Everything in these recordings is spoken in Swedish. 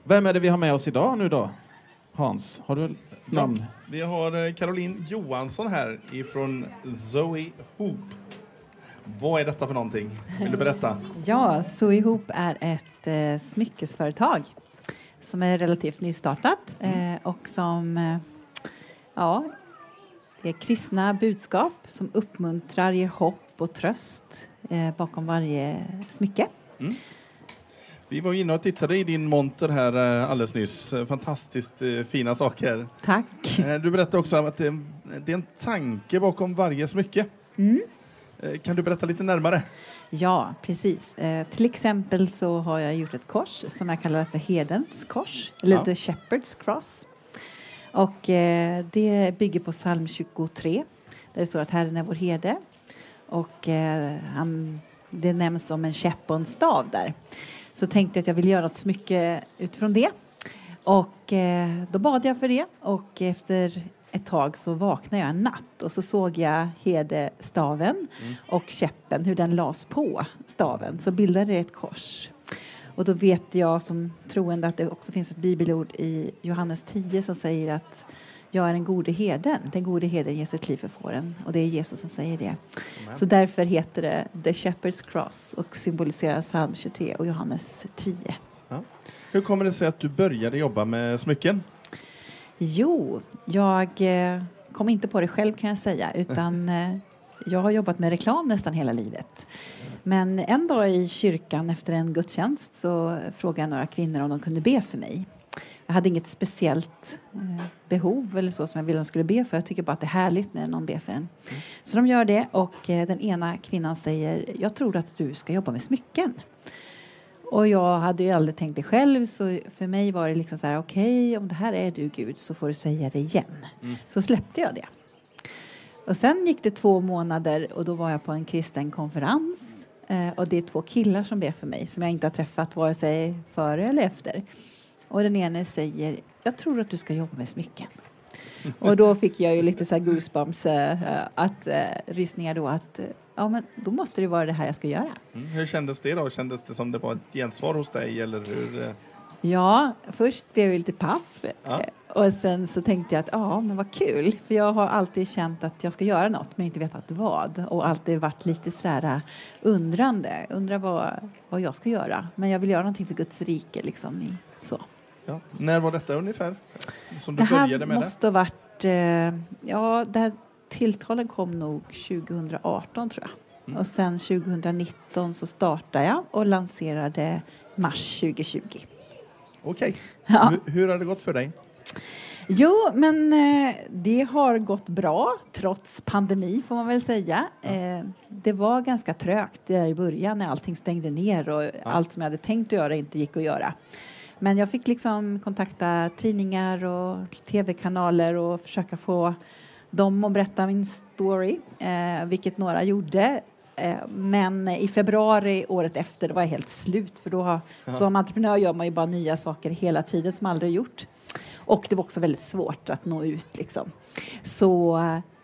Vem är det vi har med oss idag nu då? Hans, har du namn? Ja, vi har Caroline Johansson här ifrån Zoe Hoop. Vad är detta för någonting? Vill du berätta? Ja, Zoe Hoop är ett smyckesföretag som är relativt nystartat och som det är kristna budskap som uppmuntrar, ger hopp och tröst bakom varje smycke. Mm. Vi var inne och tittade i din monter här alldeles nyss. Fantastiskt fina saker. Tack. Du berättade också att det är en tanke bakom varje smycke. Mm. Kan du berätta lite närmare? Ja, precis. Till exempel så har jag gjort ett kors som jag kallar för Hedens kors. Eller The Shepherd's Cross. Och det bygger på psalm 23. Där det står att Herren är vår herde. Och det nämns om en käpp och en stav där. Så tänkte jag att jag ville göra ett smycke utifrån det. Och då bad jag för det. Och efter ett tag så vaknade jag en natt. Och så såg jag herdestaven och käppen. Hur den las på staven. Så bildade det ett kors. Och då vet jag som troende att det också finns ett bibelord i Johannes 10 som säger att jag är den gode herden. Den gode herden ger sitt liv för fåren. Och det är Jesus som säger det. Amen. Så därför heter det The Shepherd's Cross och symboliserar psalm 23 och Johannes 10. Ja. Hur kommer det sig att du började jobba med smycken? Jo, jag kom inte på det själv kan jag säga. Utan jag har jobbat med reklam nästan hela livet. Men en dag i kyrkan efter en gudstjänst så frågade jag några kvinnor om de kunde be för mig. Jag hade inget speciellt behov eller så som jag ville de skulle be för. Jag tycker bara att det är härligt när någon ber för en. Så de gör det och den ena kvinnan säger jag tror att du ska jobba med smycken. Och jag hade ju aldrig tänkt det själv så för mig var det liksom så här okej, om det här är du Gud så får du säga det igen. Så släppte jag det. Och sen gick det 2 månader och då var jag på en kristen konferens. Och det är 2 killar som ber för mig som jag inte har träffat vare sig före eller efter. Och den ene säger, jag tror att du ska jobba med smycken. Och då fick jag ju lite så här goosebumps, rysningar då att ja men då måste det vara det här jag ska göra. Hur kändes det då? Kändes det som det var ett gensvar hos dig eller hur? Ja, först blev jag lite paff. Ja. Och sen så tänkte jag att men vad kul. För jag har alltid känt att jag ska göra något men inte vetat vad. Och alltid varit lite sådär undrande. Undrar vad jag ska göra. Men jag vill göra någonting för Guds rike liksom. Så. Ja. När var detta ungefär? Som du det här började med måste ha varit... det här tilltalen kom nog 2018 tror jag. Och sen 2019 så startade jag och lanserade mars 2020. Okej. Ja. Hur har det gått för dig? Jo, men det har gått bra trots pandemi får man väl säga. Det var ganska trögt där i början när allting stängde ner och allt som jag hade tänkt att göra inte gick att göra. Men jag fick liksom kontakta tidningar och tv-kanaler och försöka få dem att berätta min story, vilket några gjorde. Men i februari året efter, det var jag helt slut. För då som entreprenör gör man ju bara nya saker hela tiden som aldrig gjort. Och det var också väldigt svårt att nå ut liksom. Så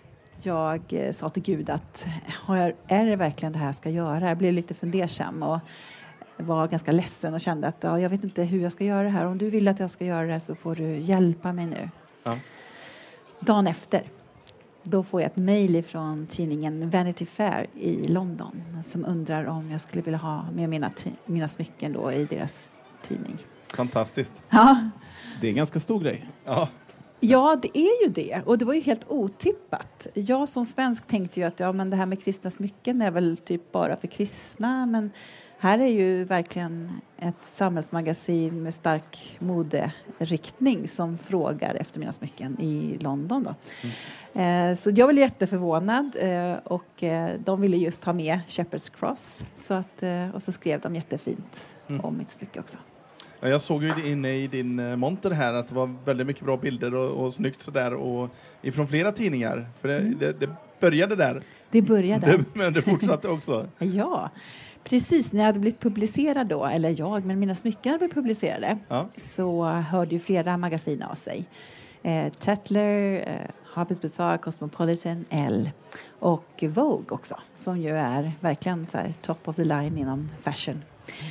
jag sa till Gud att är det verkligen det här jag ska göra? Jag blev lite fundersam och var ganska ledsen och kände att jag vet inte hur jag ska göra det här. Om du vill att jag ska göra det så får du hjälpa mig nu. Ja. Dagen efter. Då får jag ett mejl från tidningen Vanity Fair i London som undrar om jag skulle vilja ha med mina smycken då i deras tidning. Fantastiskt. Ja. Det är en ganska stor grej. Ja, det är ju det. Och det var ju helt otippat. Jag som svensk tänkte ju att men det här med kristna smycken är väl typ bara för kristna. Men här är ju verkligen ett samhällsmagasin med stark moderiktning som frågar efter mina smycken i London då. Så jag blev jätteförvånad och de ville just ha med Shepherd's Cross. Och så skrev de jättefint om mitt smycke också. Ja, jag såg ju inne i din monter här att det var väldigt mycket bra bilder och snyggt sådär och ifrån flera tidningar. För det började där. Det började. Men det fortsatte också. Ja, precis. När jag hade blivit publicerad då, men mina smycken hade blivit publicerade, så hörde ju flera magasin av sig. Tatler, Harper's Bazaar, Cosmopolitan, Elle och Vogue också, som ju är verkligen så här, top of the line inom fashion.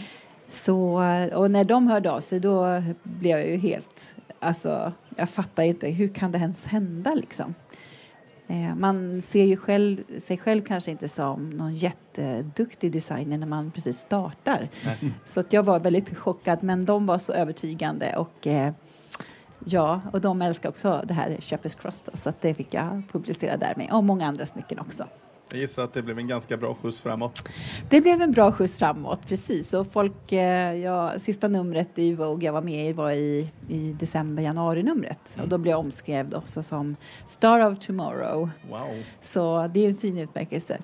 Så, och när de hörde av sig då blev jag ju helt, alltså jag fattar inte, hur kan det ens hända liksom? Man ser ju sig själv kanske inte som någon jätteduktig designer när man precis startar. Så att jag var väldigt chockad, men de var så övertygande och och de älskar också det här Shepherd's Cross då, så att det fick jag publicera där med och många andra smycken också. Jag gissar att det blev en ganska bra skjuts framåt. Det blev en bra skjuts framåt, precis. Och folk, sista numret i Vogue jag var med i var i december-januari-numret. Och då blev jag omskreven också som Star of Tomorrow. Wow. Så det är en fin utmärkelse.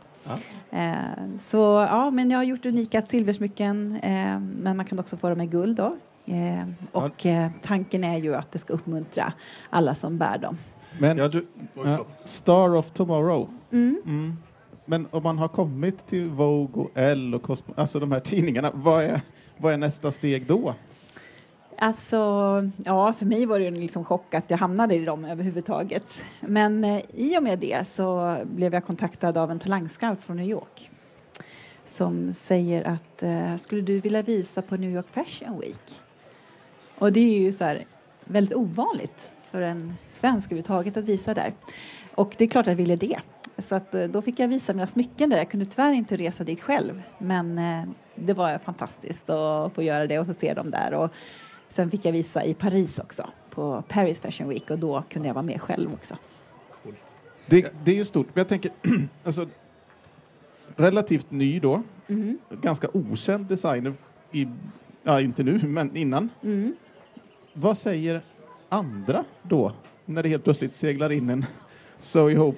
Ja. Men jag har gjort unika silversmycken, men man kan också få dem med guld då. Tanken är ju att det ska uppmuntra alla som bär dem. Men Star of Tomorrow. Men om man har kommit till Vogue och Elle och Cosmo, alltså de här tidningarna, vad är nästa steg då? Alltså, för mig var det ju liksom chock att jag hamnade i dem överhuvudtaget. Men i och med det så blev jag kontaktad av en talangscout från New York. Som säger att skulle du vilja visa på New York Fashion Week? Och det är ju så här väldigt ovanligt för en svensk överhuvudtaget att visa där. Och det är klart att jag ville det. Så att då fick jag visa mina smycken där. Jag kunde tyvärr inte resa dit själv. Men det var fantastiskt att få göra det och få se dem där. Och sen fick jag visa i Paris också. På Paris Fashion Week. Och då kunde jag vara med själv också. Det är ju stort. Men jag tänker, alltså, relativt ny då. Ganska okänd designer. Inte nu, men innan. Vad säger andra då? När det helt plötsligt seglar in en So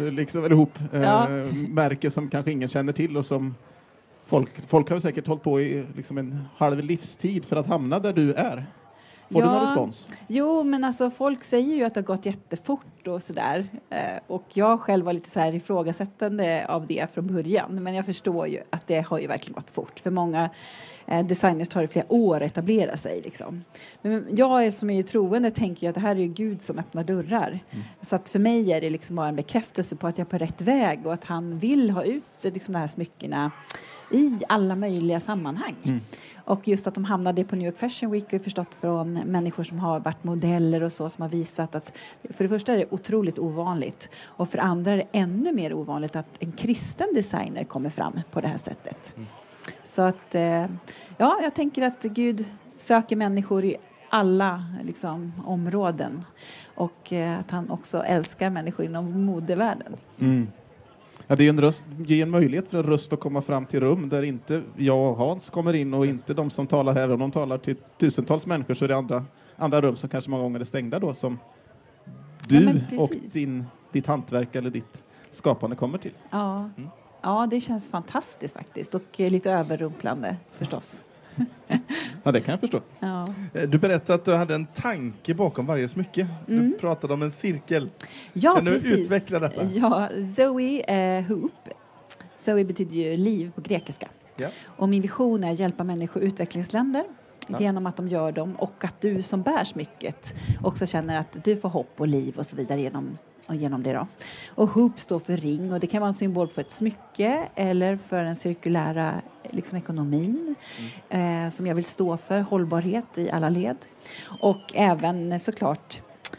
märke som kanske ingen känner till och som folk har säkert hållit på i liksom en halv livstid för att hamna där du är. Får du någon respons? Jo, men alltså folk säger ju att det har gått jättefort och sådär. Och jag själv var lite så här ifrågasättande av det från början. Men jag förstår ju att det har ju verkligen gått fort. För många designers tar det flera år att etablera sig. Liksom. Men jag som är ju troende tänker ju att det här är ju Gud som öppnar dörrar. Så att för mig är det liksom bara en bekräftelse på att jag är på rätt väg. Och att han vill ha ut liksom de här smyckena i alla möjliga sammanhang. Och just att de hamnade på New York Fashion Week har jag förstått från människor som har varit modeller och så som har visat att för det första är det otroligt ovanligt och för andra är det ännu mer ovanligt att en kristen designer kommer fram på det här sättet. Så att jag tänker att Gud söker människor i alla liksom, områden och att han också älskar människor inom modevärlden. Ja, det är en möjlighet för en röst att komma fram till rum där inte jag och Hans kommer in och inte de som talar här. Om de talar till tusentals människor så är det andra rum som kanske många gånger är stängda då som du och ditt hantverk eller ditt skapande kommer till. Ja, det känns fantastiskt faktiskt och lite överrumplande förstås. Ja, det kan jag förstå. Ja. Du berättade att du hade en tanke bakom varje smycke. Du pratade om en cirkel. Ja, kan precis. Du utveckla detta? Ja, Zoe Hoop. Zoe betyder ju liv på grekiska. Ja. Och min vision är att hjälpa människor i utvecklingsländer genom att de gör dem och att du som bär smycket också känner att du får hopp och liv och så vidare genom det då. Och hoop står för ring och det kan vara en symbol för ett smycke eller för den cirkulära liksom ekonomin som jag vill stå för, hållbarhet i alla led. Och även såklart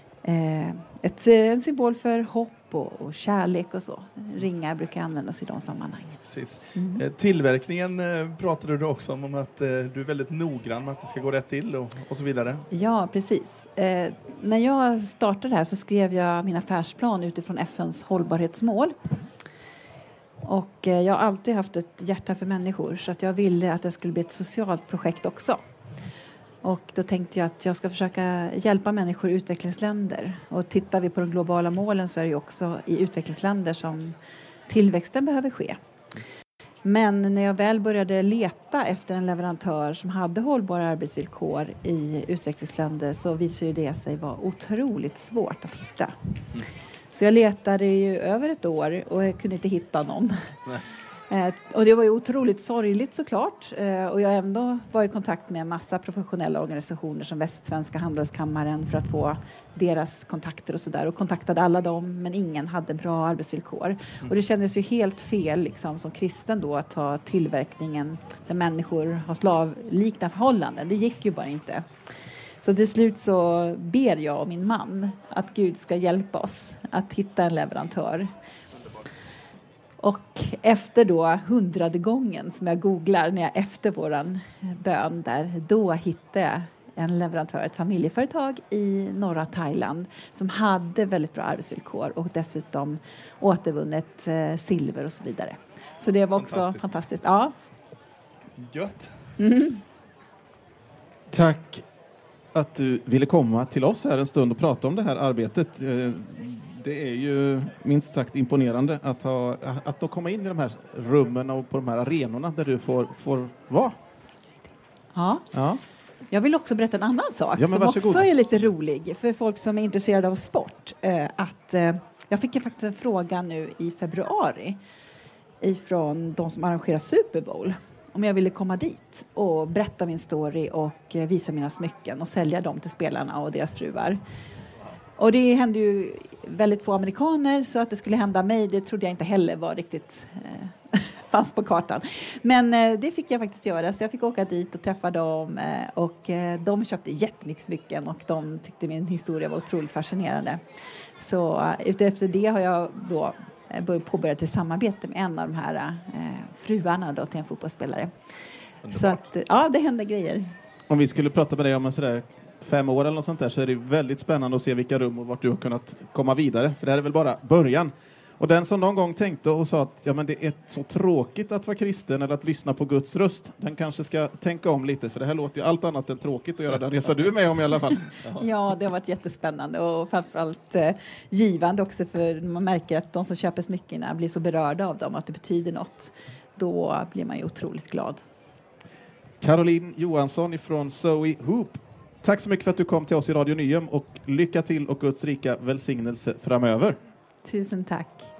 en symbol för hopp och kärlek och så. Ringar brukar användas i de sammanhangen. Precis. Tillverkningen pratade du också om att du är väldigt noggrann med att det ska gå rätt till och så vidare. Ja, precis. När jag startade här så skrev jag min affärsplan utifrån FN:s hållbarhetsmål. Och jag har alltid haft ett hjärta för människor så att jag ville att det skulle bli ett socialt projekt också. Och då tänkte jag att jag ska försöka hjälpa människor i utvecklingsländer. Och tittar vi på de globala målen så är det ju också i utvecklingsländer som tillväxten behöver ske. Men när jag väl började leta efter en leverantör som hade hållbara arbetsvillkor i utvecklingsländer så visade det sig vara otroligt svårt att hitta. Så jag letade ju över ett år och jag kunde inte hitta någon. Och det var ju otroligt sorgligt såklart. Och jag ändå var i kontakt med en massa professionella organisationer som Västsvenska handelskammaren för att få deras kontakter och sådär. Och kontaktade alla dem, men ingen hade bra arbetsvillkor. Och det kändes ju helt fel liksom, som kristen då att ha tillverkningen där människor har slavliknande förhållanden. Det gick ju bara inte. Så till slut så ber jag och min man att Gud ska hjälpa oss att hitta en leverantör. Och efter då 100:e gången som jag googlar när jag efter våran bön där, då hittade jag en leverantör, ett familjeföretag i norra Thailand som hade väldigt bra arbetsvillkor och dessutom återvunnet silver och så vidare. Så det var också fantastiskt. Ja. Gött. Tack att du ville komma till oss här en stund och prata om det här arbetet. Det är ju minst sagt imponerande att då komma in i de här rummen och på de här arenorna där du får vara. Ja. Jag vill också berätta en annan sak som varsågod. också är lite rolig för folk som är intresserade av sport. Jag fick ju faktiskt en fråga nu i februari ifrån de som arrangerar Super Bowl. Om jag ville komma dit och berätta min story och visa mina smycken och sälja dem till spelarna och deras fruar. Och det hände ju väldigt få amerikaner så att det skulle hända mig, det trodde jag inte heller var riktigt fast på kartan. Men det fick jag faktiskt göra så jag fick åka dit och träffa dem och de köpte jättemycket smycken och de tyckte min historia var otroligt fascinerande. Så efter det har jag då påbörjat ett samarbete med en av de här fruarna då till en fotbollsspelare. Underbart. Så att ja, det händer grejer. Om vi skulle prata med dig om en sådär 5 år eller något sånt där så är det väldigt spännande att se vilka rum och vart du har kunnat komma vidare. För det här är väl bara början. Och den som någon gång tänkte och sa att ja, men det är så tråkigt att vara kristen eller att lyssna på Guds röst. Den kanske ska tänka om lite för det här låter ju allt annat än tråkigt att göra den resa du är med om i alla fall. Ja, det har varit jättespännande och framförallt givande också för man märker att de som köper smyckena blir så berörda av dem att det betyder något. Då blir man ju otroligt glad. Caroline Johansson ifrån Zoe Hoop. Tack så mycket för att du kom till oss i Radio Nyhem och lycka till och Guds rika välsignelse framöver. Tusen tack.